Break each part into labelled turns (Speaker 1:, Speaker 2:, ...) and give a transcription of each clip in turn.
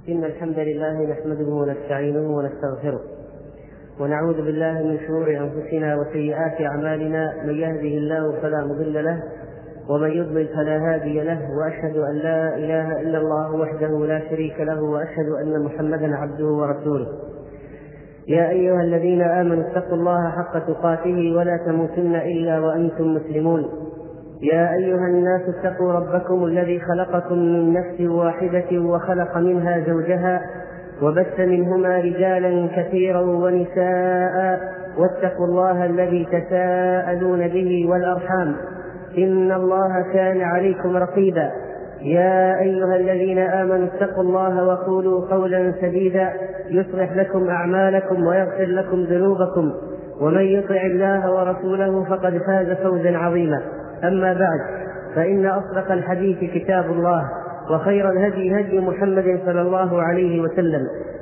Speaker 1: إن الحمد لله نحمده ونستعينه ونستغفره ونعوذ بالله من شرور أنفسنا وسيئات أعمالنا. من يهده الله فلا مضل له ومن يضلل فلا هادي له، وأشهد أن لا إله إلا الله وحده لا شريك له، وأشهد أن محمدا عبده ورسوله. يا أيها الذين آمنوا اتقوا الله حق تقاته ولا تموتن إلا وأنتم مسلمون. يا أيها الناس اتقوا ربكم الذي خلقكم من نفس واحدة وخلق منها زوجها وبث منهما رجالا كثيرا ونساء، واتقوا الله الذي تساءلون به والأرحام إن الله كان عليكم رقيبا. يا أيها الذين آمنوا اتقوا الله وقولوا قولا سديدا يصلح لكم أعمالكم ويغفر لكم ذنوبكم، ومن يطع الله ورسوله فقد فاز فوزا عظيما. أما بعد، فإن أصدق الحديث كتاب الله، وخير الهدي هدي محمد صلى الله عليه وسلم،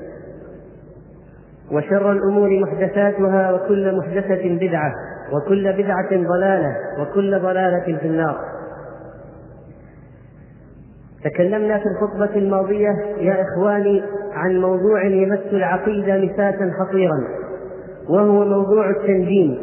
Speaker 1: وشر الأمور محدثاتها، وكل محدثة بدعة، وكل بدعة ضلالة، وكل ضلالة في النار. تكلمنا في الخطبة الماضية يا إخواني عن موضوع يمس العقيدة مساسا خطيرا، وهو موضوع التنجيم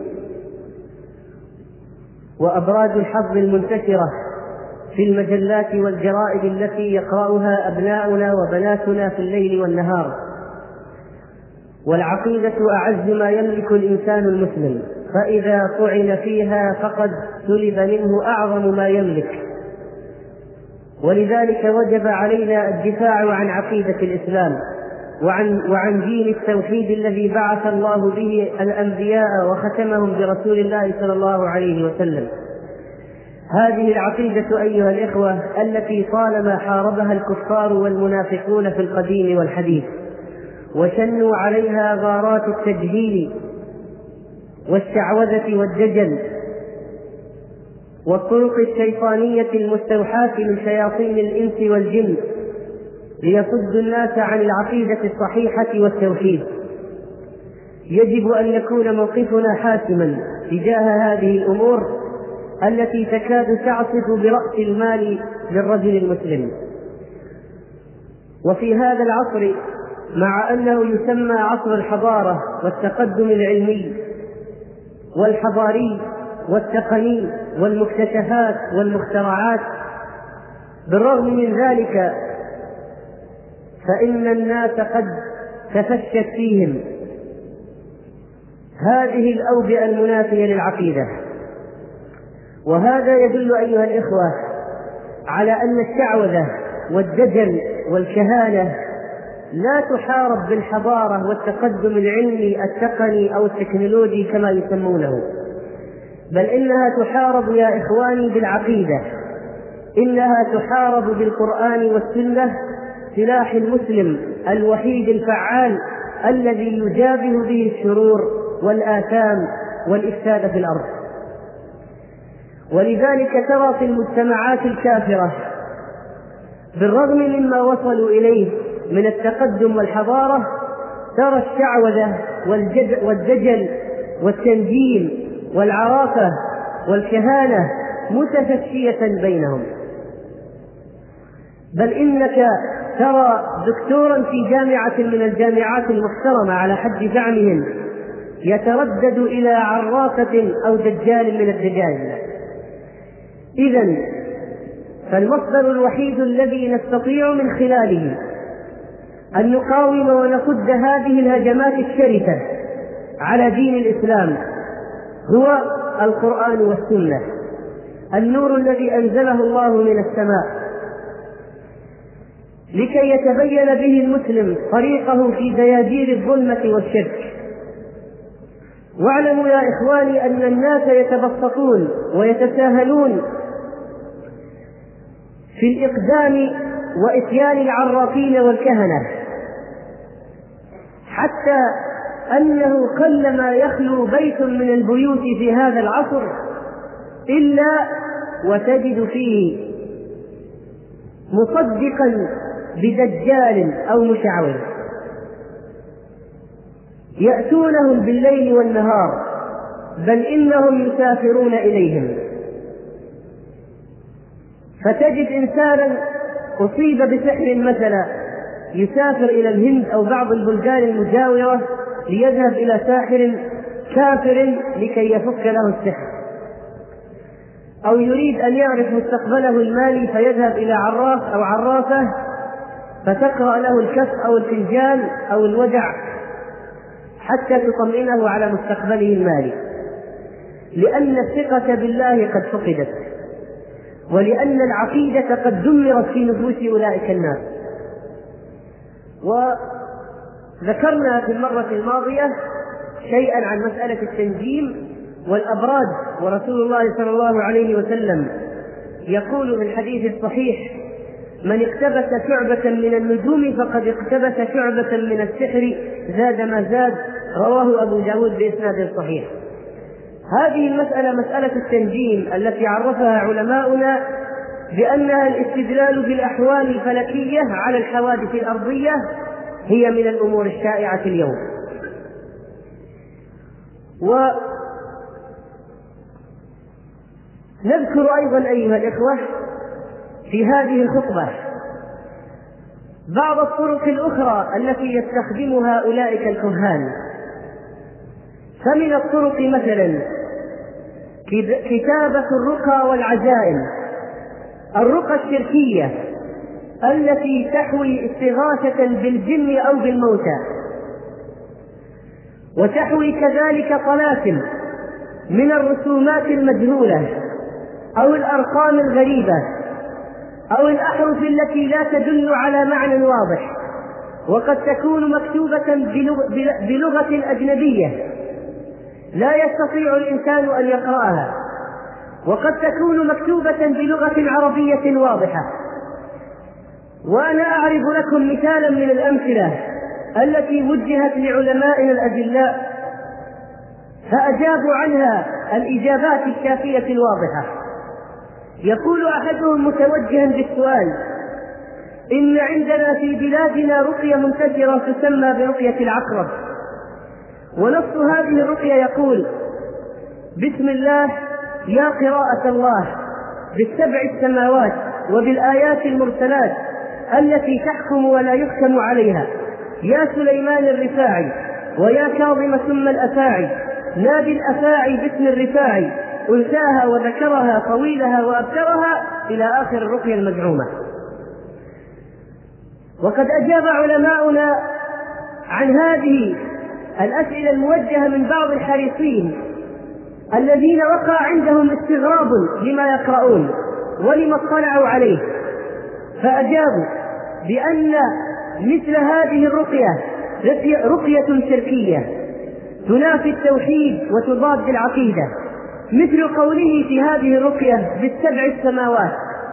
Speaker 1: وأبراج الحظ المنتشرة في المجلات والجرائد التي يقرأها أبناؤنا وبناتنا في الليل والنهار. والعقيدة أعز ما يملك الإنسان المسلم، فإذا طعن فيها فقد سلب منه أعظم ما يملك. ولذلك وجب علينا الدفاع عن عقيدة الإسلام وعن دين التوحيد الذي بعث الله به الأنبياء وختمهم برسول الله صلى الله عليه وسلم. هذه العقيدة أيها الإخوة التي طالما حاربها الكفار والمنافقون في القديم والحديث، وشنوا عليها غارات التجهيل والشعوذة والدجل والطرق الشيطانية المستوحاة من شياطين الإنس والجن ليصدوا الناس عن العقيدة الصحيحة والتوحيد. يجب أن يكون موقفنا حاسما تجاه هذه الأمور التي تكاد تعصف برأس المال للرجل المسلم. وفي هذا العصر، مع أنه يسمى عصر الحضارة والتقدم العلمي والحضاري والتقني والمكتشفات والمخترعات، بالرغم من ذلك فإن الناس قد تفشت فيهم هذه الأوبئة المنافية للعقيدة. وهذا يدل أيها الإخوة على أن الشعوذة والدجل والكهانة لا تحارب بالحضارة والتقدم العلمي التقني أو التكنولوجي كما يسمونه، بل إنها تحارب يا إخواني بالعقيدة. إنها تحارب بالقرآن والسنة، سلاح المسلم الوحيد الفعال الذي يجابه به الشرور والآثام والإفساد في الأرض. ولذلك ترى في المجتمعات الكافرة بالرغم مما وصلوا إليه من التقدم والحضارة، ترى الشعوذة والدجل والتنجيم والعرافة والكهانة متفشية بينهم. بل إنك ترى دكتورا في جامعة من الجامعات المحترمة على حد زعمهم يتردد إلى عرافة أو دجال من الدجال. إذن فالمصدر الوحيد الذي نستطيع من خلاله أن نقاوم ونصد هذه الهجمات الشرسة على دين الإسلام هو القرآن والسنة، النور الذي أنزله الله من السماء لكي يتبين به المسلم طريقه في دياجير الظلمة والشرك. واعلموا يا إخواني أن الناس يتبسطون ويتساهلون في الإقدام وإتيان العرافين والكهنة، حتى أنه قلما يخلو بيت من البيوت في هذا العصر إلا وتجد فيه مصدقا بدجال أو مشعوذ. يأتونهم بالليل والنهار، بل إنهم يسافرون إليهم. فتجد إنسانا أصيب بسحر مثلا يسافر إلى الهند أو بعض البلدان المجاورة ليذهب إلى ساحر كافر لكي يفك له السحر، أو يريد أن يعرف مستقبله المالي فيذهب إلى عراف أو عرافة فتقرأ له الكف أو الفنجان أو الودع حتى تطمئنه على مستقبله المالي، لأن الثقة بالله قد فقدت، ولأن العقيدة قد دمرت في نفوس أولئك الناس. وذكرنا في المرة الماضية شيئا عن مسألة التنجيم والأبراج، ورسول الله صلى الله عليه وسلم يقول في الحديث الصحيح: من اقتبس شعبة من النجوم فقد اقتبس شعبة من السحر زاد ما زاد، رواه أبو داود بإسناد صحيح. هذه المسألة مسألة التنجيم التي عرفها علماؤنا بأنها الاستدلال بالأحوال الفلكية على الحوادث الأرضية، هي من الأمور الشائعة اليوم. ونذكر أيضا أيها الإخوة في هذه الخطبة بعض الطرق الأخرى التي يستخدمها أولئك الكهان. فمن الطرق مثلا كتابة الرقى والعزائم، الرقى الشركية التي تحوي استغاثة بالجن أو بالموتى، وتحوي كذلك طلاسم من الرسومات المجهولة أو الأرقام الغريبة أو الأحرف التي لا تدل على معنى واضح، وقد تكون مكتوبة بلغة أجنبية لا يستطيع الإنسان أن يقرأها، وقد تكون مكتوبة بلغة عربية واضحة. وأنا أعرف لكم مثالا من الأمثلة التي وجهت لعلمائنا الأجلاء فأجابوا عنها الإجابات الكافية الواضحة. يقول أحدهم متوجها بالسؤال: إن عندنا في بلادنا رقية منتشرة تسمى برقية العقرب، ونص هذه الرقية يقول: بسم الله يا قراءة الله بالسبع السماوات وبالآيات المرسلات التي تحكم ولا يحكم عليها، يا سليمان الرفاعي ويا كاظم ثم الأفاعي، نادي الأفاعي باسم الرفاعي، أنثاها وذكرها طويلها وأبترها، إلى آخر الرقية المزعومة. وقد أجاب علماؤنا عن هذه الأسئلة الموجهة من بعض الحريصين الذين وقع عندهم استغراب لما يقرؤون ولما اطلعوا عليه، فأجابوا بأن مثل هذه الرقية رقية شركية تنافي التوحيد وتضاد العقيدة، مثل قوله في هذه الرقية بالسبع السماوات،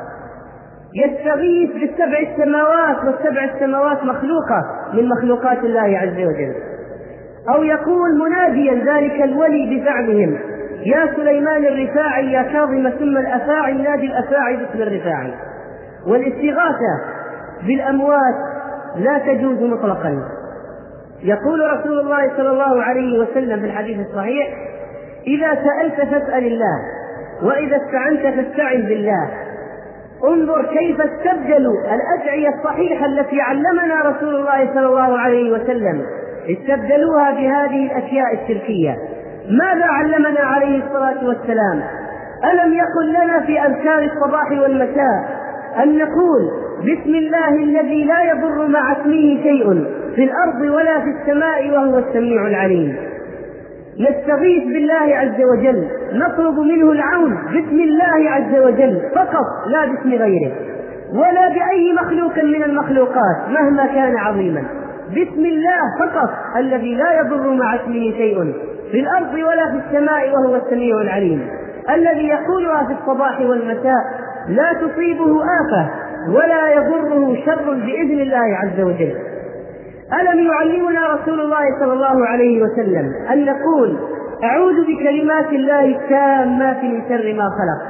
Speaker 1: يستغيث بالسبع السماوات، والسبع السماوات مخلوقة من مخلوقات الله عز وجل. أو يقول مناديا ذلك الولي بزعمهم: يا سليمان الرفاعي يا كاظم ثم الأفاعي، نادي الأفاعي باسم الرفاعي. والاستغاثة بالأموات لا تجوز مطلقا. يقول رسول الله صلى الله عليه وسلم في الحديث الصحيح: إذا سألت فاسأل الله، وإذا استعنت فاستعن بالله. انظر كيف استبدلوا الأدعية الصحيحة التي علمنا رسول الله صلى الله عليه وسلم، استبدلوها بهذه الأشياء الشركية. ماذا علمنا عليه الصلاة والسلام؟ ألم يقل لنا في أذكار الصباح والمساء أن نقول بسم الله الذي لا يضر مع اسمه شيء في الأرض ولا في السماء وهو السميع العليم؟ نستغيث بالله عز وجل، نطلب منه العون باسم الله عز وجل فقط، لا باسم غيره ولا بأي مخلوق من المخلوقات مهما كان عظيما. بسم الله فقط الذي لا يضر مع اسمه شيء في الأرض ولا في السماء وهو السميع العليم، الذي يقولها في الصباح والمساء لا تصيبه آفة ولا يضره شر بإذن الله عز وجل. ألم يعلمنا رسول الله صلى الله عليه وسلم أن نقول أعوذ بكلمات الله التامات من شر ما خلق؟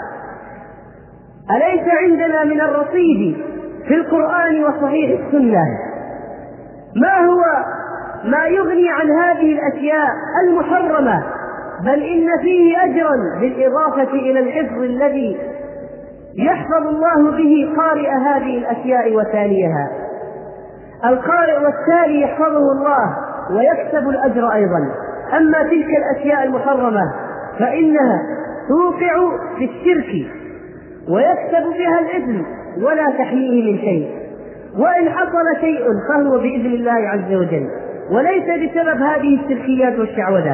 Speaker 1: أليس عندنا من الرصيد في القرآن وصحيح السنة ما هو ما يغني عن هذه الأشياء المحرمة، بل إن فيه أجرا بالإضافة إلى الحفظ الذي يحفظ الله به قارئ هذه الأشياء وتاليها؟ القارئ والتالي يحفظه الله ويكسب الأجر أيضا. أما تلك الأشياء المحرمة فإنها توقع في الشرك ويكسب بها الإثم ولا تحميه من شيء، وإن حصل شيء فهو بإذن الله عز وجل وليس بسبب هذه الشركيات والشعوذات.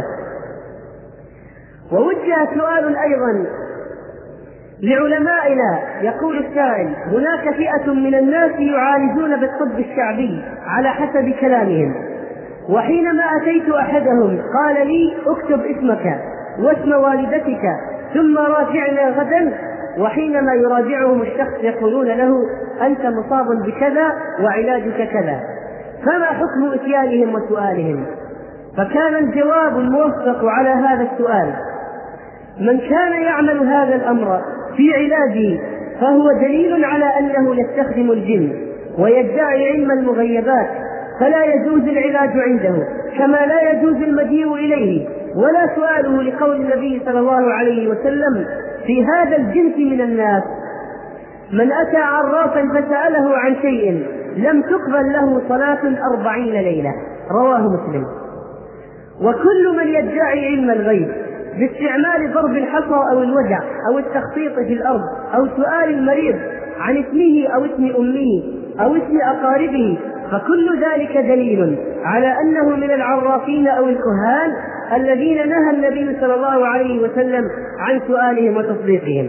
Speaker 1: ووجه سؤال أيضا لعلمائنا، يقول السائل: هناك فئة من الناس يعالجون بالطب الشعبي على حسب كلامهم، وحينما أتيت أحدهم قال لي: اكتب اسمك واسم والدتك ثم راجعنا غدا، وحينما يراجعهم الشخص يقولون له: أنت مصاب بكذا وعلاجك كذا، فما حكم إتيانهم وسؤالهم؟ فكان الجواب الموفق على هذا السؤال: من كان يعمل هذا الأمر في علاجه فهو دليل على أنه يستخدم الجن ويدعي علم المغيبات، فلا يجوز العلاج عنده، كما لا يجوز المجيء إليه ولا سؤاله، لقول النبي صلى الله عليه وسلم في هذا الجنس من الناس: من أتى عرافا فسأله عن شيء لم تقبل له صلاة 40 ليلة، رواه مسلم. وكل من يدعي علم الغيب باستعمال ضرب الحصى أو الوجع أو التخطيط في الأرض أو سؤال المريض عن اسمه أو اسم أمه أو اسم أقاربه، فكل ذلك دليل على أنه من العرافين أو الكهان الذين نهى النبي صلى الله عليه وسلم عن سؤالهم وتصديقهم.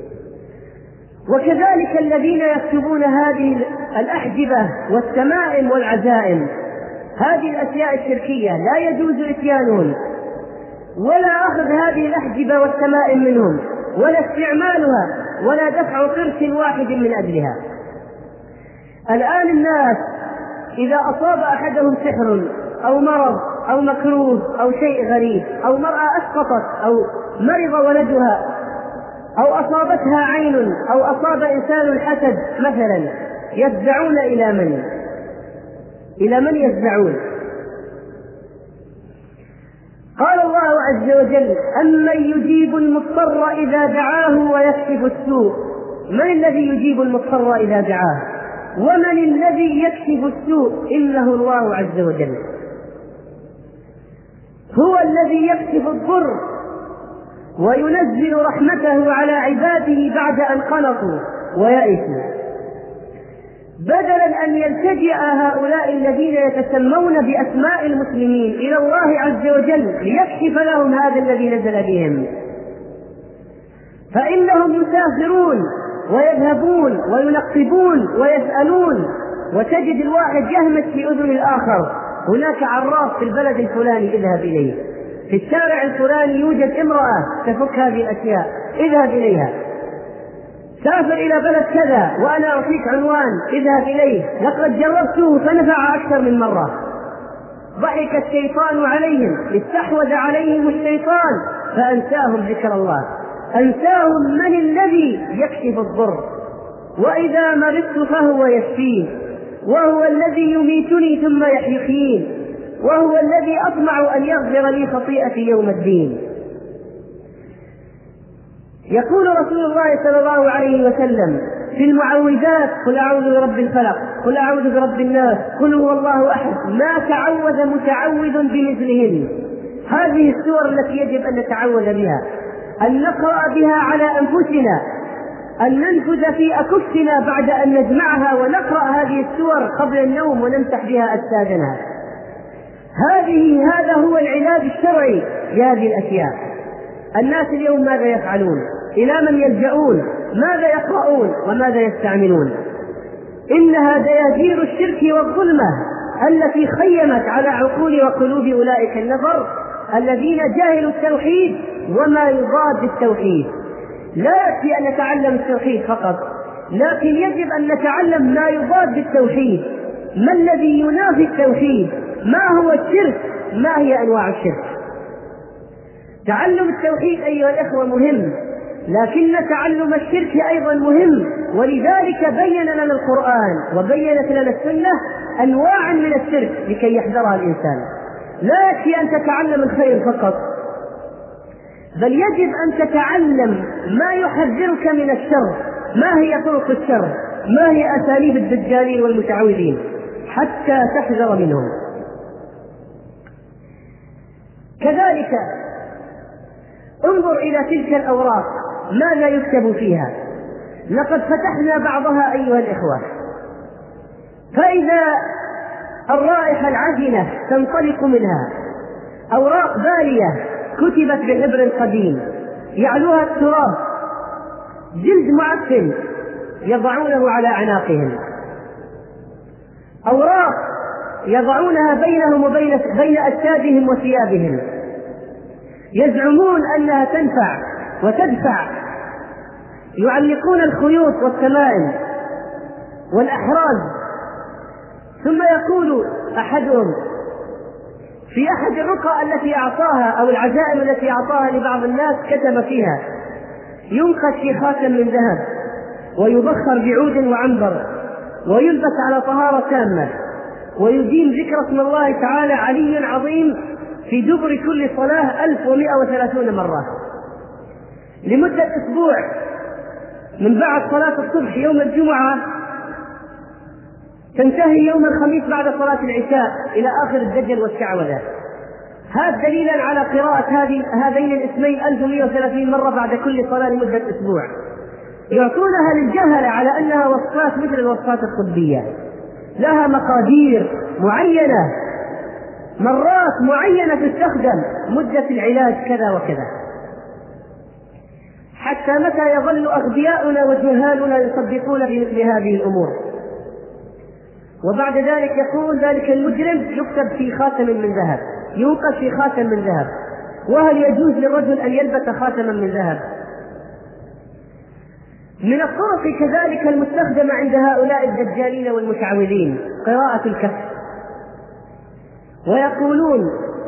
Speaker 1: وكذلك الذين يكتبون هذه الأحجبة والتمائم والعزائم، هذه الأشياء الشركية لا يجوز إتيانهم ولا أخذ هذه الأحجبة والتمائم منهم ولا استعمالها ولا دفع قرش واحد من أجلها. الآن الناس إذا أصاب أحدهم سحر أو مرض أو مكروه أو شيء غريب أو مرأة أسقطت أو مرض ولدها أو أصابتها عين أو أصاب إنسان الحسد مثلا، يفزعون إلى من؟ إلى من يفزعون؟ قال الله عز وجل: أمن يجيب المضطر إذا دعاه ويكشف السوء. من الذي يجيب المضطر إذا دعاه؟ ومن الذي يكشف السوء؟ إنه الله عز وجل، هو الذي يكشف الضر وينزل رحمته على عباده بعد أن قنطوا ويئسوا. بدلا أن يلتجئ هؤلاء الذين يتسمون بأسماء المسلمين إلى الله عز وجل ليكشف لهم هذا الذي نزل بهم، فإنهم يسافرون ويذهبون وينقبون ويسألون، وتجد الواحد يهمس في أذن الآخر: هناك عراف في البلد الفلاني اذهب إليه، في الشارع الفلاني يوجد امرأة تفك هذه الأشياء اذهب إليها، سافر إلى بلد كذا وأنا أعطيك عنوان اذهب إليه، لقد جربته فنفع أكثر من مرة. ضحك الشيطان عليهم، استحوذ عليهم الشيطان فأنساهم ذكر الله، أنساهم من الذي يكشف الضر، وإذا مرضت فهو يشفين، وهو الذي يميتني ثم يحيين، وهو الذي أطمع أن يغفر لي خطيئتي يوم الدين. يقول رسول الله صلى الله عليه وسلم في المعوذات: قل أعوذ برب الفلق، قل أعوذ برب الناس، قل هو الله أحد، ما تعوذ متعوذ بمثلهن. هذه السور التي يجب أن نتعوذ بها، أن نقرأ بها على أنفسنا، أن ننفذ في أكفنا بعد أن نجمعها ونقرأ هذه السور قبل النوم ونمسح بها أجسادنا. هذا هو العلاج الشرعي لهذه الأشياء. الناس اليوم ماذا يفعلون؟ إلى من يلجؤون؟ ماذا يقرؤون وماذا يستعملون؟ إنها دياجير الشرك والظلمة التي خيمت على عقول وقلوب أولئك النفر الذين جاهلوا التوحيد وما يضاد التوحيد. لا يكفي أن نتعلم التوحيد فقط، لكن يجب أن نتعلم ما يضاد التوحيد، ما الذي ينافي التوحيد، ما هو الشرك، ما هي أنواع الشرك. تعلم التوحيد أيها الأخوة مهم، لكن تعلم الشرك أيضا مهم، ولذلك بين لنا القرآن وبينت لنا السنة أنواعا من الشرك لكي يحذرها الإنسان. لا يكفي أن تتعلم الخير فقط، بل يجب أن تتعلم ما يحذرك من الشر، ما هي طرق الشر، ما هي أساليب الدجالين والمتعوذين، حتى تحذر منهم. كذلك انظر إلى تلك الأوراق ماذا يكتب فيها. لقد فتحنا بعضها أيها الإخوة، فإذا الرائحة العجنة تنطلق منها أوراق بالية كتبت بحبر قديم يعلوها التراب، جلد معفن يضعونه على أعناقهم، أوراق يضعونها بينهم وبين أجسادهم وثيابهم، يزعمون أنها تنفع وتدفع، يعلقون الخيوط والتمائم والأحراز. ثم يقول أحدهم في أحد الرقى التي أعطاها أو العزائم التي أعطاها لبعض الناس كتب فيها: ينقش في خاتم من ذهب ويبخر بعود وعنبر ويلبس على طهارة تامة ويديم ذكر اسم الله تعالى علي عظيم في دبر كل صلاة 1130 مرة لمدة أسبوع، من بعد صلاة الصبح يوم الجمعة تنتهي يوم الخميس بعد صلاة العشاء إلى آخر الدجل والشعوذة. هذا دليلا على قراءة هذين الاسمين 1130 مرة بعد كل صلاة لمدة أسبوع. يعطونها للجهلة على أنها وصفات مثل الوصفات الطبية، لها مقادير معينة، مرات معينة تستخدم، مدة العلاج كذا وكذا، حتى متى يظل أغبياؤنا وجهالنا يصدقون بمثل هذه الأمور. وبعد ذلك يقول ذلك المجرم يكتب في خاتم من ذهب، يوقف في خاتم من ذهب. وهل يجوز للرجل أن يلبس خاتما من ذهب؟ من الطرق كذلك المستخدمة عند هؤلاء الدجالين والمشعوذين قراءة الكف، ويقولون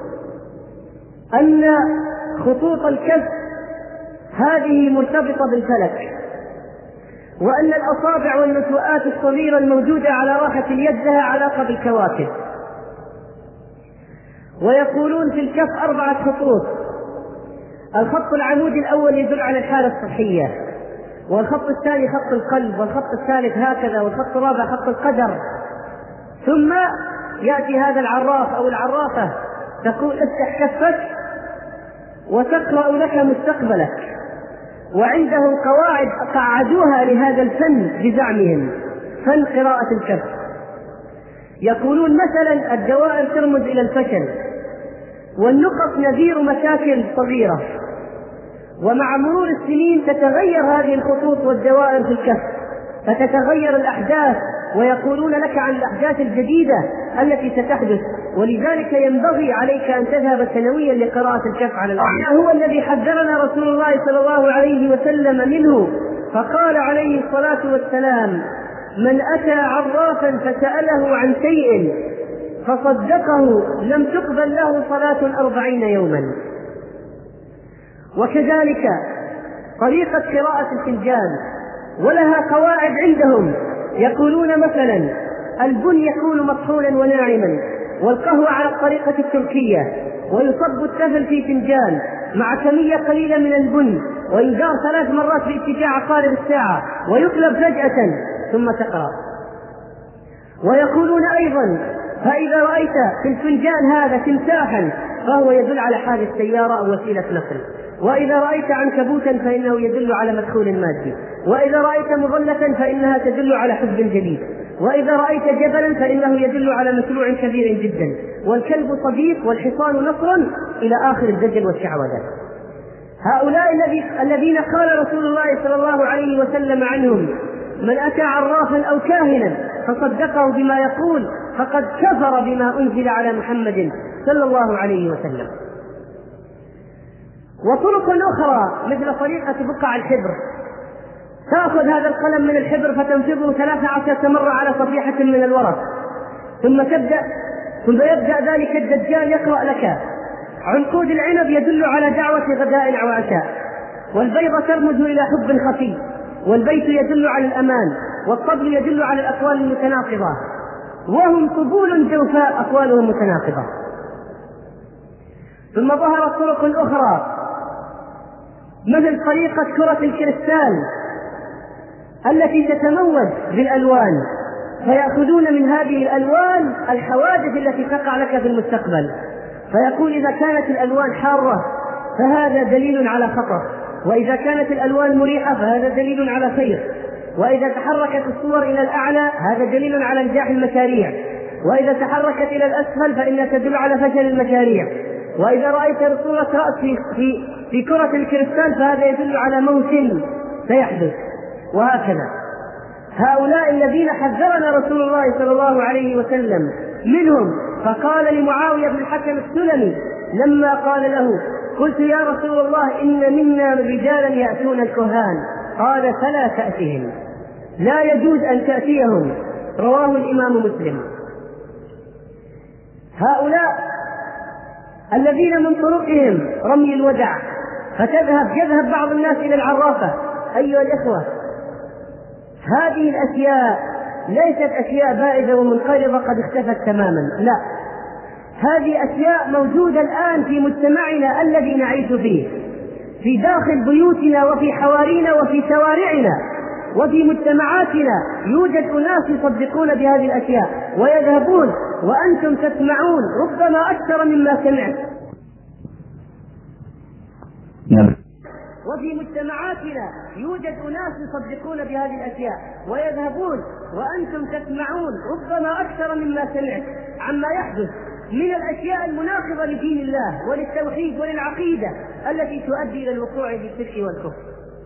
Speaker 1: أن خطوط الكف هذه مرتبطة بالفلك، وأن الأصابع والنتوءات الصغيرة الموجودة على راحة اليد لها علاقة بالكواكب. ويقولون في الكف 4 خطوط: الخط العمودي الأول يدل على الحالة الصحية، والخط الثاني خط القلب، والخط الثالث هكذا، والخط الرابع خط القدر. ثم يأتي هذا العراف أو العرافة تقول: افتح كفك وتقرأ لك مستقبلك. وعندهم قواعد قعدوها لهذا الفن بزعمهم، فن قراءة الكف. يقولون مثلا الدوائر ترمز إلى الفشل، والنقط نذير مشاكل صغيرة، ومع مرور السنين تتغير هذه الخطوط والدوائر في الكف، فتتغير الأحداث، ويقولون لك عن الأحداث الجديدة التي ستحدث. ولذلك ينبغي عليك أن تذهب سنويا لقراءة الكف على الأحداث. هو الذي حذرنا رسول الله صلى الله عليه وسلم منه، فقال عليه الصلاة والسلام: من أتى عرافا فسأله عن شيء فصدقه لم تقبل له صلاة 40 يوما. وكذلك طريقة قراءة الفنجان ولها قواعد عندهم. يقولون مثلا البن يكون مطحونا وناعما، والقهوة على الطريقة التركية، ويصب التفل في فنجان مع كمية قليلة من البن، ويدار 3 مرات باتجاه عقارب الساعة، ويقلب فجأة ثم تقرأ. ويقولون أيضا: فإذا رأيت في الفنجان هذا تمساحا فهو يدل على حادث سيارة أو وسيلة نقل، وإذا رأيت عنكبوتا فإنه يدل على مدخول مادي، وإذا رأيت مظلة فإنها تدل على حب جديد، وإذا رأيت جبلا فإنه يدل على مشروع كبير جدا، والكلب صديق والحصان نصر، إلى آخر الدجل والشعوذة. هؤلاء الذين قال رسول الله صلى الله عليه وسلم عنهم: من أتى عرافا أو كاهنا فصدقه بما يقول فقد كفر بما أنزل على محمد صلى الله عليه وسلم. وطرق أخرى مثل طريقة بقع الحبر، تأخذ هذا القلم من الحبر فتنفضه 13 مرة على صفيحة من الورق، ثم يبدأ ذلك الدجال يقرأ لك: عنقود العنب يدل على دعوة غداء أو عشاء، والبيضة ترمز إلى حب خفي، والبيت يدل على الأمان، والطبل يدل على الأقوال المتناقضة، وهم طبول جوفاء أقوالهم متناقضة. ثم ظهرت طرق أخرى مثل طريقة كرة الكريستال التي تتموج بالألوان، فيأخذون من هذه الألوان الحوادث التي تقع لك في المستقبل، فيقول إذا كانت الألوان حارة فهذا دليل على خطر، وإذا كانت الألوان مريحة فهذا دليل على خير، وإذا تحركت الصور إلى الأعلى هذا دليل على نجاح المشاريع، وإذا تحركت إلى الأسفل فإنها تدل على فشل المشاريع، وإذا رأيت صورة رأس في كرة الكريستال فهذا يدل على موت سيحدث، وهكذا. هؤلاء الذين حذرنا رسول الله صلى الله عليه وسلم منهم، فقال لمعاوية بن الحكم السلمي لما قال له: قلت يا رسول الله إن منا رجالا يأتون الكهان، قال: فلا تأتهم، لا يجوز أن تأتيهم، رواه الإمام مسلم. هؤلاء الذين من طرقهم رمي الودع، يذهب بعض الناس إلى العرافة. أيها الإخوة، هذه الأشياء ليست أشياء بائدة ومنقرضة قد اختفت تماما، لا، هذه أشياء موجودة الآن في مجتمعنا الذي نعيش فيه، في داخل بيوتنا وفي حوارينا وفي شوارعنا وفي مجتمعاتنا. يوجد أناس يصدقون بهذه الأشياء ويذهبون وأنتم تسمعون ربما أكثر مما سمعت. وفي مجتمعاتنا يوجد أناس يصدقون بهذه الأشياء ويذهبون وأنتم تسمعون ربما أكثر مما سمعت عما يحدث من الأشياء المناقضة لدين الله وللتوحيد وللعقيدة التي تؤدي إلى الوقوع في الشرك والكفر.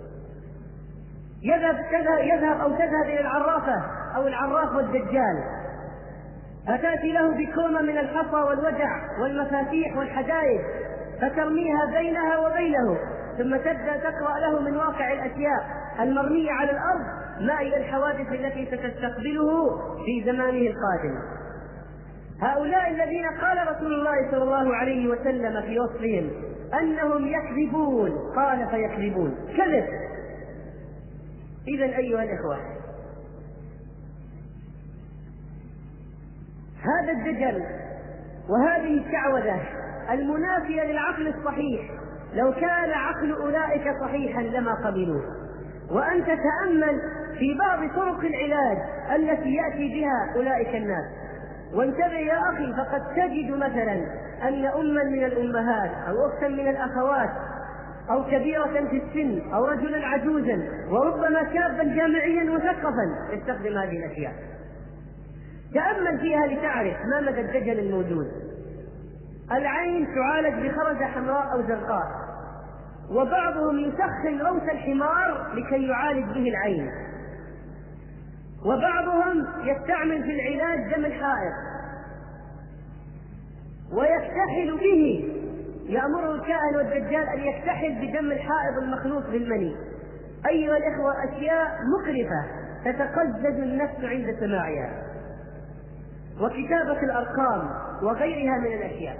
Speaker 1: يذهب أو تذهب إلى العرافة أو العراف والدجال، فتأتي له بكومة من الحصى والوجع والمفاتيح والحدائد فترميها بينها وبينه، ثم تبدأ تقرأ له من واقع الأشياء المرمية على الأرض ما هي الحوادث التي ستستقبله في زمانه القادم. هؤلاء الذين قال رسول الله صلى الله عليه وسلم في وصفهم أنهم يكذبون، قال: فيكذبون، كذب. إذن أيها الإخوة، هذا الدجل وهذه الشعوذة المنافية للعقل الصحيح، لو كان عقل أولئك صحيحا لما قبلوه. وأنت تأمل في بعض طرق العلاج التي يأتي بها أولئك الناس، وانتبه يا أخي، فقد تجد مثلا أن أما من الأمهات أو أختا من الأخوات أو كبيرة في السن أو رجلا عجوزا وربما شابا جامعيا مثقفا يستخدم هذه الأشياء. تأمل فيها لتعرف ما مدى الدجل الموجود. العين تعالج بخرزة حمراء أو زرقاء، وبعضهم يسخن روث الحمار لكي يعالج به العين، وبعضهم يستعمل في العلاج دم الحائض ويكتحل به، يأمره الكاهن والدجال أن يكتحل بدم الحائض المخلوط بالمني. أيها الإخوة، أشياء مقرفة تتقزز النفس عند سماعها، وكتابة الأرقام وغيرها من الأشياء.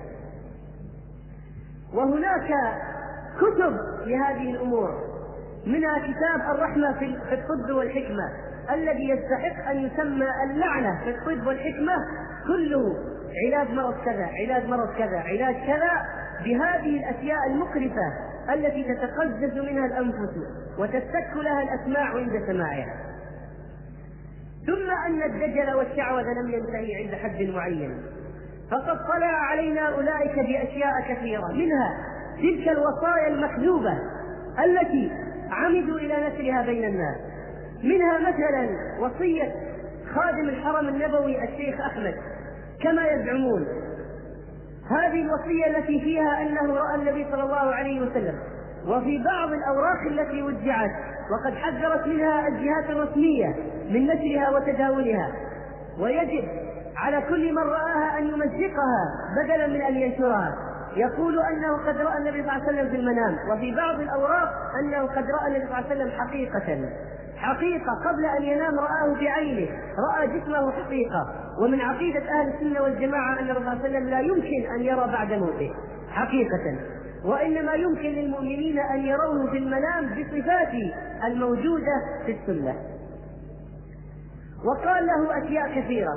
Speaker 1: وهناك كتب لهذه الأمور، منها كتاب الرحمة في الطب والحكمة الذي يستحق أن يسمى اللعنة في الطب والحكمة، كله علاج مرض كذا، علاج مرض كذا، علاج كذا، بهذه الأشياء المقرفة التي تتقزز منها الأنفس وتستك لها الأسماع عند سماعها. ثم أن الدجل والشعوذة لم ينتهي عند حد معين، فقد طلع علينا أولئك بأشياء كثيرة، منها تلك الوصايا المكذوبة التي عمدوا إلى نشرها بين الناس، منها مثلا وصية خادم الحرم النبوي الشيخ أحمد كما يزعمون، هذه الوصية التي فيها أنه رأى النبي صلى الله عليه وسلم، وفي بعض الأوراق التي وزعت وقد حذرت منها الجهات الرسمية من نشرها وتداولها، ويجب على كل من رآها أن يمزقها بدلا من أن ينشرها. يقول أنه قد رأى النبي صلى الله عليه وسلم في المنام، وفي بعض الأوراق أنه قد رأى النبي صلى الله عليه وسلم حقيقة قبل أن ينام رآه بعينه، رأى جسمه حقيقة. ومن عقيدة أهل السنة والجماعة أن الرسول صلى الله عليه وسلم لا يمكن أن يرى بعد موته حقيقة، وإنما يمكن للمؤمنين أن يروه في المنام بصفات الموجودة في السنة. وقال له أشياء كثيرة،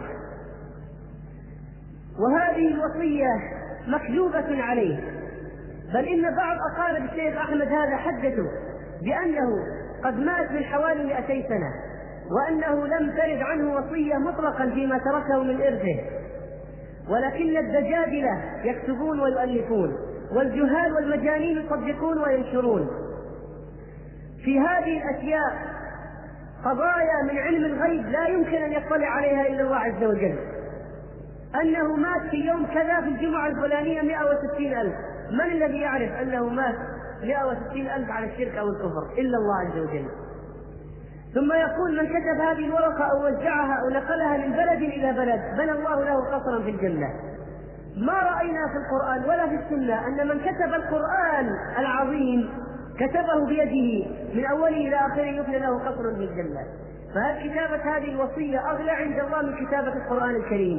Speaker 1: وهذه الوصية مكذوبة عليه، بل إن بعض أقارب الشيخ أحمد هذا حدثوا بأنه قد مات من حوالي 200 سنة، وأنه لم ترد عنه وصية مطلقا فيما تركه من إرثه، ولكن الدجاجلة يكتبون ويؤلفون، والجهال والمجانين يصدقون وينشرون. في هذه الأشياء قضايا من علم الغيب لا يمكن أن يطلع عليها إلا الله عز وجل. أنه مات في يوم كذا في الجمعة الفلانية 160,000، من الذي يعرف أنه مات 160,000 على الشرك أو الكفر إلا الله عز وجل. ثم يقول من كتب هذه الورقة أو وزعها أو نقلها من بلد إلى بلد بنى الله له قصرا في الجنة. ما رأينا في القرآن ولا في السنة أن من كتب القرآن العظيم كتبه بيده من أوله إلى آخره يبنى له قصر في الجنة. فهل كتابة هذه الوصية أغلى عند الله من كتابة القرآن الكريم؟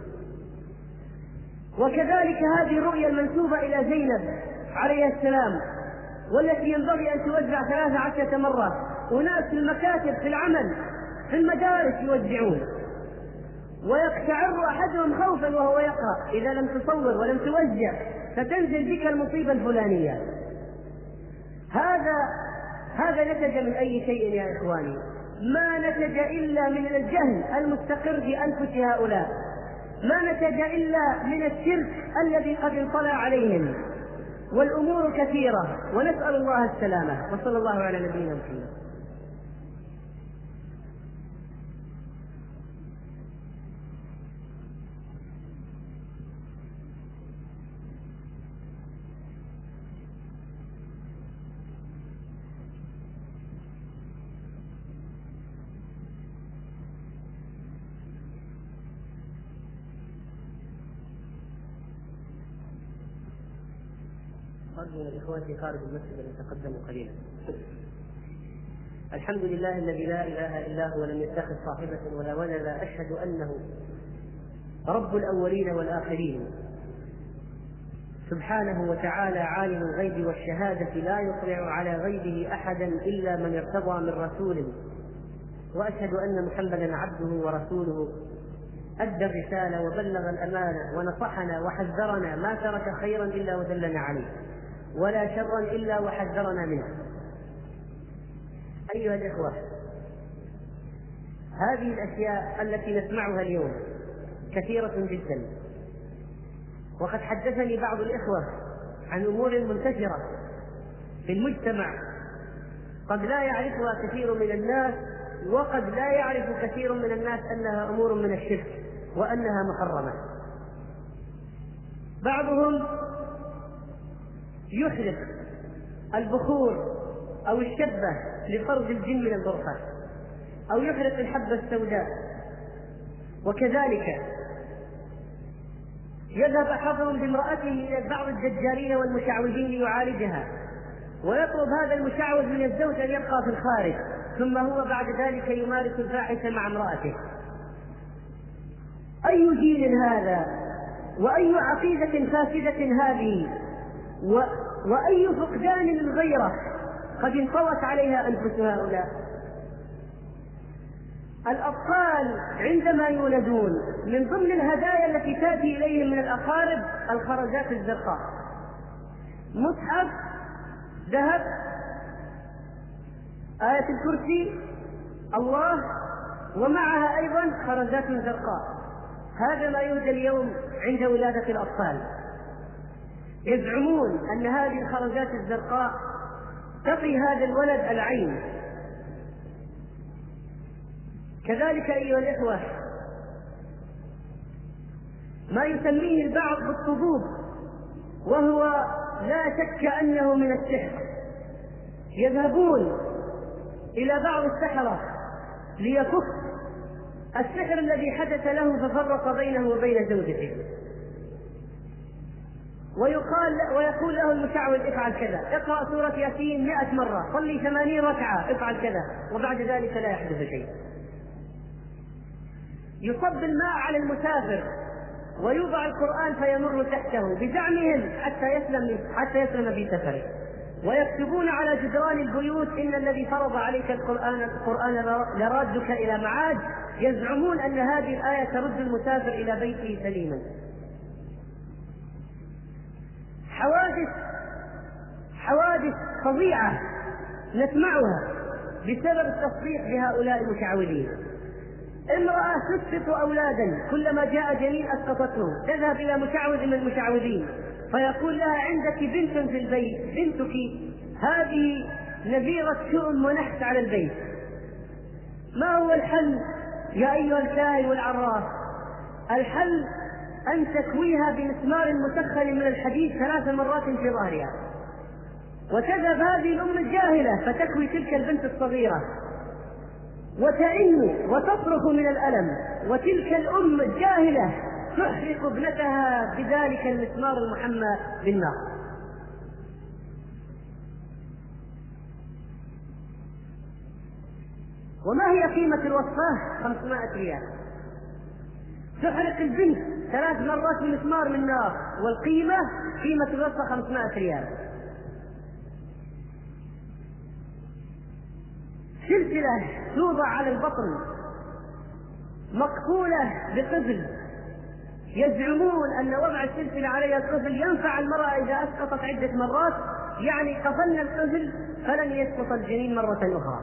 Speaker 1: وكذلك هذه الرؤيا المنسوبة إلى زينب عليه السلام، والتي ينبغي أن توزع 13 مرة، وناس في المكاتب في العمل في المدارس يوزعون، ويقشعر أحدهم خوفا وهو يقرأ إذا لم تصور ولم توزع فتنزل بك المصيبة الفلانية. هذا نتج من أي شيء يا إخواني؟ ما نتج إلا من الجهل المستقر في أنفس هؤلاء، ما نتج إلا من الشرك الذي قد انطلع عليهم، والأمور كثيرة، ونسأل الله السلامة. وصلى الله على نبينا محمد. أرجو من الإخوة خارج المسجد أن يتقدموا قليلا. الحمد لله الذي لا إله إلا هو ولم يتخذ صاحبة ولا ولدا، أشهد أنه رب الأولين والآخرين سبحانه وتعالى، عالم الغيب والشهادة، لا يطلع على غيبه أحدا إلا من ارتضى من رسول. وأشهد أن محمدا عبده ورسوله، أدى الرسالة وبلغ الأمانة ونصحنا وحذرنا، ما ترك خيرا إلا ودلنا عليه، ولا شرا إلا وحذرنا منه. أيها الإخوة، هذه الأشياء التي نسمعها اليوم كثيرة جدا، وقد حدثني بعض الإخوة عن أمور منتشرة في المجتمع قد لا يعرفها كثير من الناس، وقد لا يعرف كثير من الناس أنها أمور من الشرك وأنها محرمة. بعضهم يحرق البخور أو الشبة لطرد الجن من الغرفة، أو يحرق الحبة السوداء، وكذلك يذهب أحدهم بامرأته إلى بعض الدجالين والمشعوذين ليعالجها، ويطلب هذا المشعوذ من الزوج أن يبقى في الخارج، ثم هو بعد ذلك يمارس الفاحشة مع امرأته. أي جيل هذا؟ وأي عقيدة فاسدة هذه؟ وأي فقدان للغيرة قد انطوت عليها أنفس هؤلاء. الأطفال عندما يولدون من ضمن الهدايا التي تأتي إليهم من الأقارب الخرزات الزرقاء، مصحف ذهب، آية الكرسي، الله، ومعها أيضا خرزات زرقاء. هذا ما يوجد اليوم عند ولادة الأطفال. يزعمون أن هذه الخرزات الزرقاء تقي هذا الولد العين. كذلك أيها الإخوة، ما يسميه البعض بالطبوب، وهو لا شك أنه من السحر. يذهبون إلى بعض السحرة ليفك السحر الذي حدث له ففرق بينه وبين زوجته، ويقول له المشعوذ افعل كذا، اقرأ سورة ياسين 100 مرة، صلي 80 ركعة، افعل كذا، وبعد ذلك لا يحدث شيء. يصب الماء على المسافر ويوضع القرآن فيمر تحته بزعمهم حتى يسلم في سفره. ويكتبون على جدران البيوت إن الذي فرض عليك القرآن لرادك إلى معاد. يزعمون أن هذه الآية ترد المسافر إلى بيته سليما. حوادث فظيعة نسمعها بسبب التصديق بهؤلاء المشعوذين. امرأة تسقط أولادا، كلما جاء جنين أسقطته، تذهب إلى مشعوذ من المشعوذين فيقول لها عندك بنت في البيت، بنتك هذه نذيرة شؤم ونحس على البيت. ما هو الحل يا أيها الكاهن والعراف؟ الحل أن تكويها بمسمار مسخن من الحديد 3 مرات في ظهرها، وتذهب هذه الأم الجاهلة فتكوي تلك البنت الصغيرة وتئن وتصرخ من الألم، وتلك الأم الجاهلة تحرق ابنتها بذلك المسمار المحمى بالنار. وما هي قيمة الوصفة؟ 500 ريال. تحرق البنت 3 مرات بمسمار من نار، والقيمة قيمة الوصفة 500 ريال. سلسلة توضع على البطن مقفولة بقفل، يزعمون أن وضع السلسلة عليها القفل ينفع المرأة إذا أسقطت عدة مرات، يعني قفلنا القفل فلن يسقط الجنين مرة أخرى.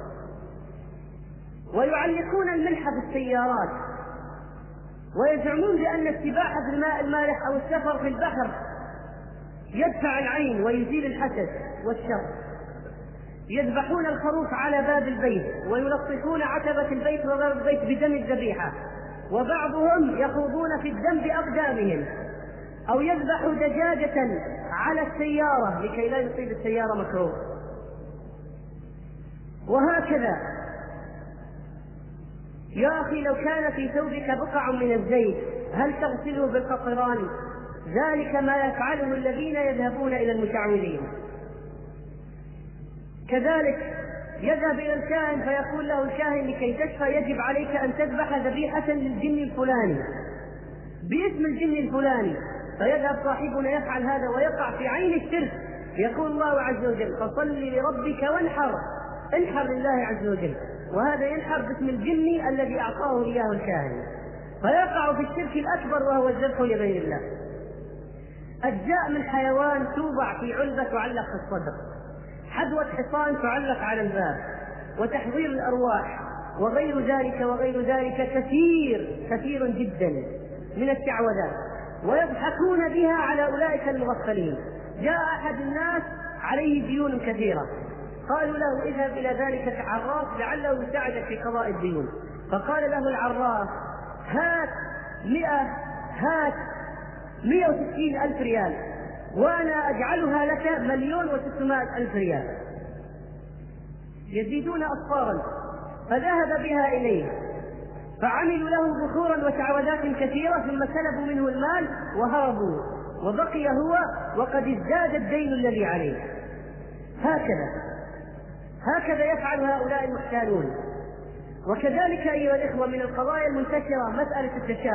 Speaker 1: ويعلقون الملح في السيارات، ويزعمون بأن السباحة في الماء المالح أو السفر في البحر يدفع العين ويزيل الحسد والشر. يذبحون الخروف على باب البيت ويلطخون عتبة البيت وغير البيت بدم الذبيحة، وبعضهم يخوضون في الدم بأقدامهم، أو يذبح دجاجة على السيارة لكي لا يصيب السيارة مكروه. وهكذا يا أخي لو كان في ثوبك بقع من الزيت هل تغسله بالقطران؟ ذلك ما يفعله الذين يذهبون إلى المشعوذين. كذلك يذهب إلى الكاهن فيقول له الكاهن لكي تشفى يجب عليك أن تذبح ذبيحة للجن الفلاني باسم الجن الفلاني، فيذهب صاحبنا يفعل هذا ويقع في عين الشرك. يقول الله عز وجل فصل لربك وانحر، انحر لله عز وجل، وهذا ينحر باسم الجن الذي أعطاه إياه الكاهن، فيقع في الشرك الأكبر وهو الذبح لغير الله. أجزاء من حيوان توضع في علبة تعلق في الصدر، حدوة حصان تعلق على الباب، وتحضير الأرواح وغير ذلك وغير ذلك كثير جدا من الشعوذات، ويضحكون بها على أولئك المغفلين. جاء أحد الناس عليه ديون كثيرة، قالوا له اذهب إلى ذلك العراف لعله يساعدك في قضاء الديون، فقال له العراف هات 160,000 ريال وأنا أجعلها لك 1,600,000 ريال. يزيدون أصفارا، فذهب بها إليه فعملوا له بخورا وشعوذات كثيرة، ثم سلبوا منه المال وهربوا، وبقي هو وقد ازداد الدين الذي عليه. هكذا يفعل هؤلاء المحتالون. وكذلك أيها الإخوة من القضايا المنتشرة مسألة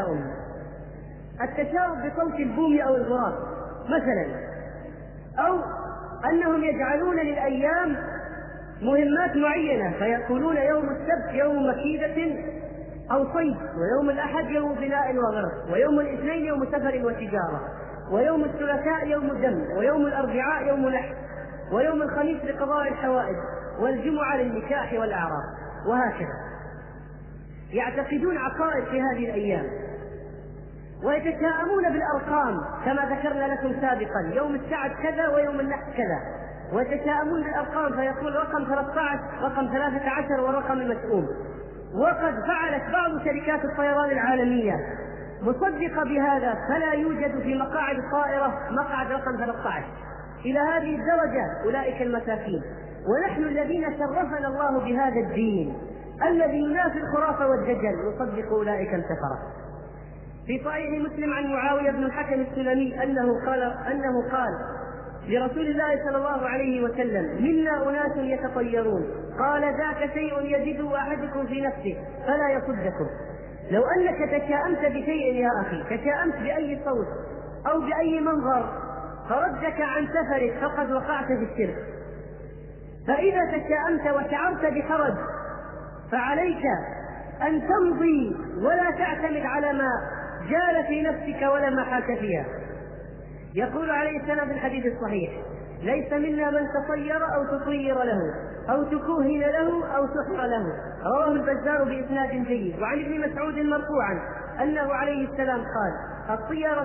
Speaker 1: التشاؤم بصوت البوم أو الغراب مثلا، أو أنهم يجعلون للأيام مهمات معينة، فيقولون يوم السبت يوم مكيدة أو صيد، ويوم الأحد يوم بناء وغرس، ويوم الاثنين يوم سفر وتجارة، ويوم الثلاثاء يوم دم، ويوم الأربعاء يوم نحس، ويوم الخميس لقضاء الحوائج، والجمعة للنكاح والأعراس، وهكذا. يعتقدون عقائد في هذه الأيام، ويتشاءمون بالأرقام كما ذكرنا لكم سابقا، يوم السعد كذا ويوم النحس كذا، ويتشاءمون بالأرقام فيقول رقم 13 رقم 13 ورقم المشؤوم. وقد فعلت بعض شركات الطيران العالمية مصدقة بهذا، فلا يوجد في مقاعد الطائرة مقعد رقم 13. إلى هذه الدرجة أولئك المساكين. ونحن الذين شرفنا الله بهذا الدين الذي ينافي الخرافة والدجل نصدق أولئك الكفرة. في صحيح مسلم عن معاوية بن الحكم السلمي أنه قال لرسول الله صلى الله عليه وسلم منا أناس يتطيرون، قال ذاك شيء يجده أحدكم في نفسه فلا يصدكم. لو أنك تشاءمت بشيء يا أخي، تشاءمت بأي صوت أو بأي منظر فردك عن سفرك فقد وقعت في الشرك. فإذا تشاءمت وشعرت بحرج فعليك أن تمضي ولا تعتمد على ما جال في نفسك ولا ما حاك فيها. يقول عليه السلام في الحديث الصحيح ليس منا من تطير أو تطير له أو تكوهن له أو سحر له. رواه البزار بإسناد جيد. وعن ابن مسعود مرفوعا أنه عليه السلام قال: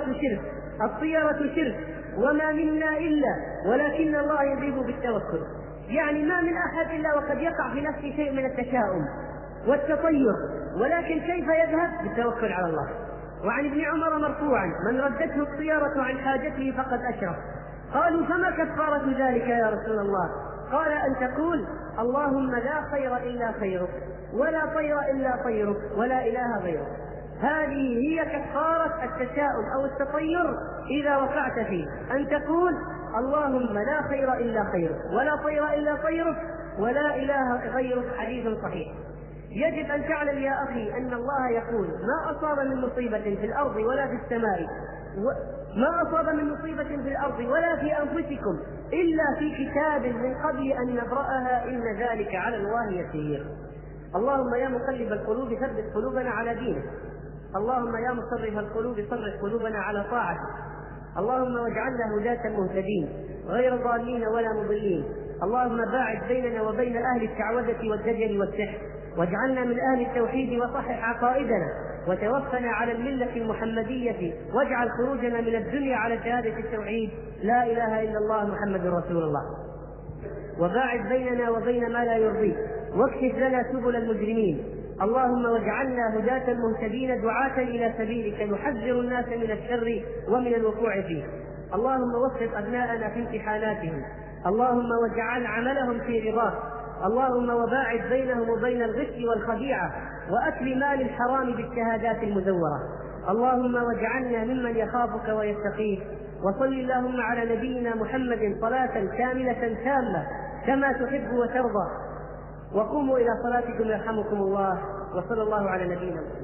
Speaker 1: الطيرة شرك وما منا إلا ولكن الله يذيب بالتوكل. يعني ما من أحد إلا وقد يقع في نفسه شيء من التشاؤم والتطير، ولكن كيف يذهب؟ بالتوكل على الله. وعن ابن عمر مرفوعا: من ردته الطيرة عن حاجته فقد أشرك. قالوا: فما كفارة ذلك يا رسول الله؟ قال: أن تقول: اللهم لا خير إلا خيرك ولا طير إلا طيرك ولا إله غيرك. هذه هي كفارة التشاؤم أو التطير إذا وقعت فيه، أن تقول: اللهم لا خير إلا خيرك ولا طير إلا طيرك ولا إله غيرك. حديث صحيح. يجب أن تعلم يا أخي أن الله يقول: ما أصاب من مصيبة في الأرض ولا في السماء ما أصاب من مصيبة في الأرض ولا في أنفسكم إلا في كتاب من قبل أن نبرأها إن ذلك على الله يسير. اللهم يا مقلب القلوب ثبت قلوبنا على دينك. اللهم يا مصرف القلوب صرف قلوبنا على طاعتك. اللهم واجعلنا هداة مهتدين غير ضالين ولا مضلين. اللهم باعد بيننا وبين أهل الشعوذة والدجل والسحر، واجعلنا من أهل التوحيد وصحح عقائدنا، وتوفنا على الملة المحمدية، واجعل خروجنا من الدنيا على شهادة التوحيد لا إله إلا الله محمد رسول الله. وباعد بيننا وبين ما لا يرضيك، واكشف لنا سبل المجرمين. اللهم واجعلنا هداة مهتدين دعاة إلى سبيلك نحذر الناس من الشر ومن الوقوع فيه. اللهم وفق أبناءنا في امتحاناتهم. اللهم واجعل عملهم في رضاك. اللهم وباعد بينهم وبين الغش والخديعة وأكل مال الحرام بالشهادات المزورة. اللهم واجعلنا ممن يخافك ويتقيك. وصل اللهم على نبينا محمد صلاة كاملة تامة كما تحب وترضى. وقوموا إلى صلاتكم يرحمكم الله. وصلى الله على نبينا محمد.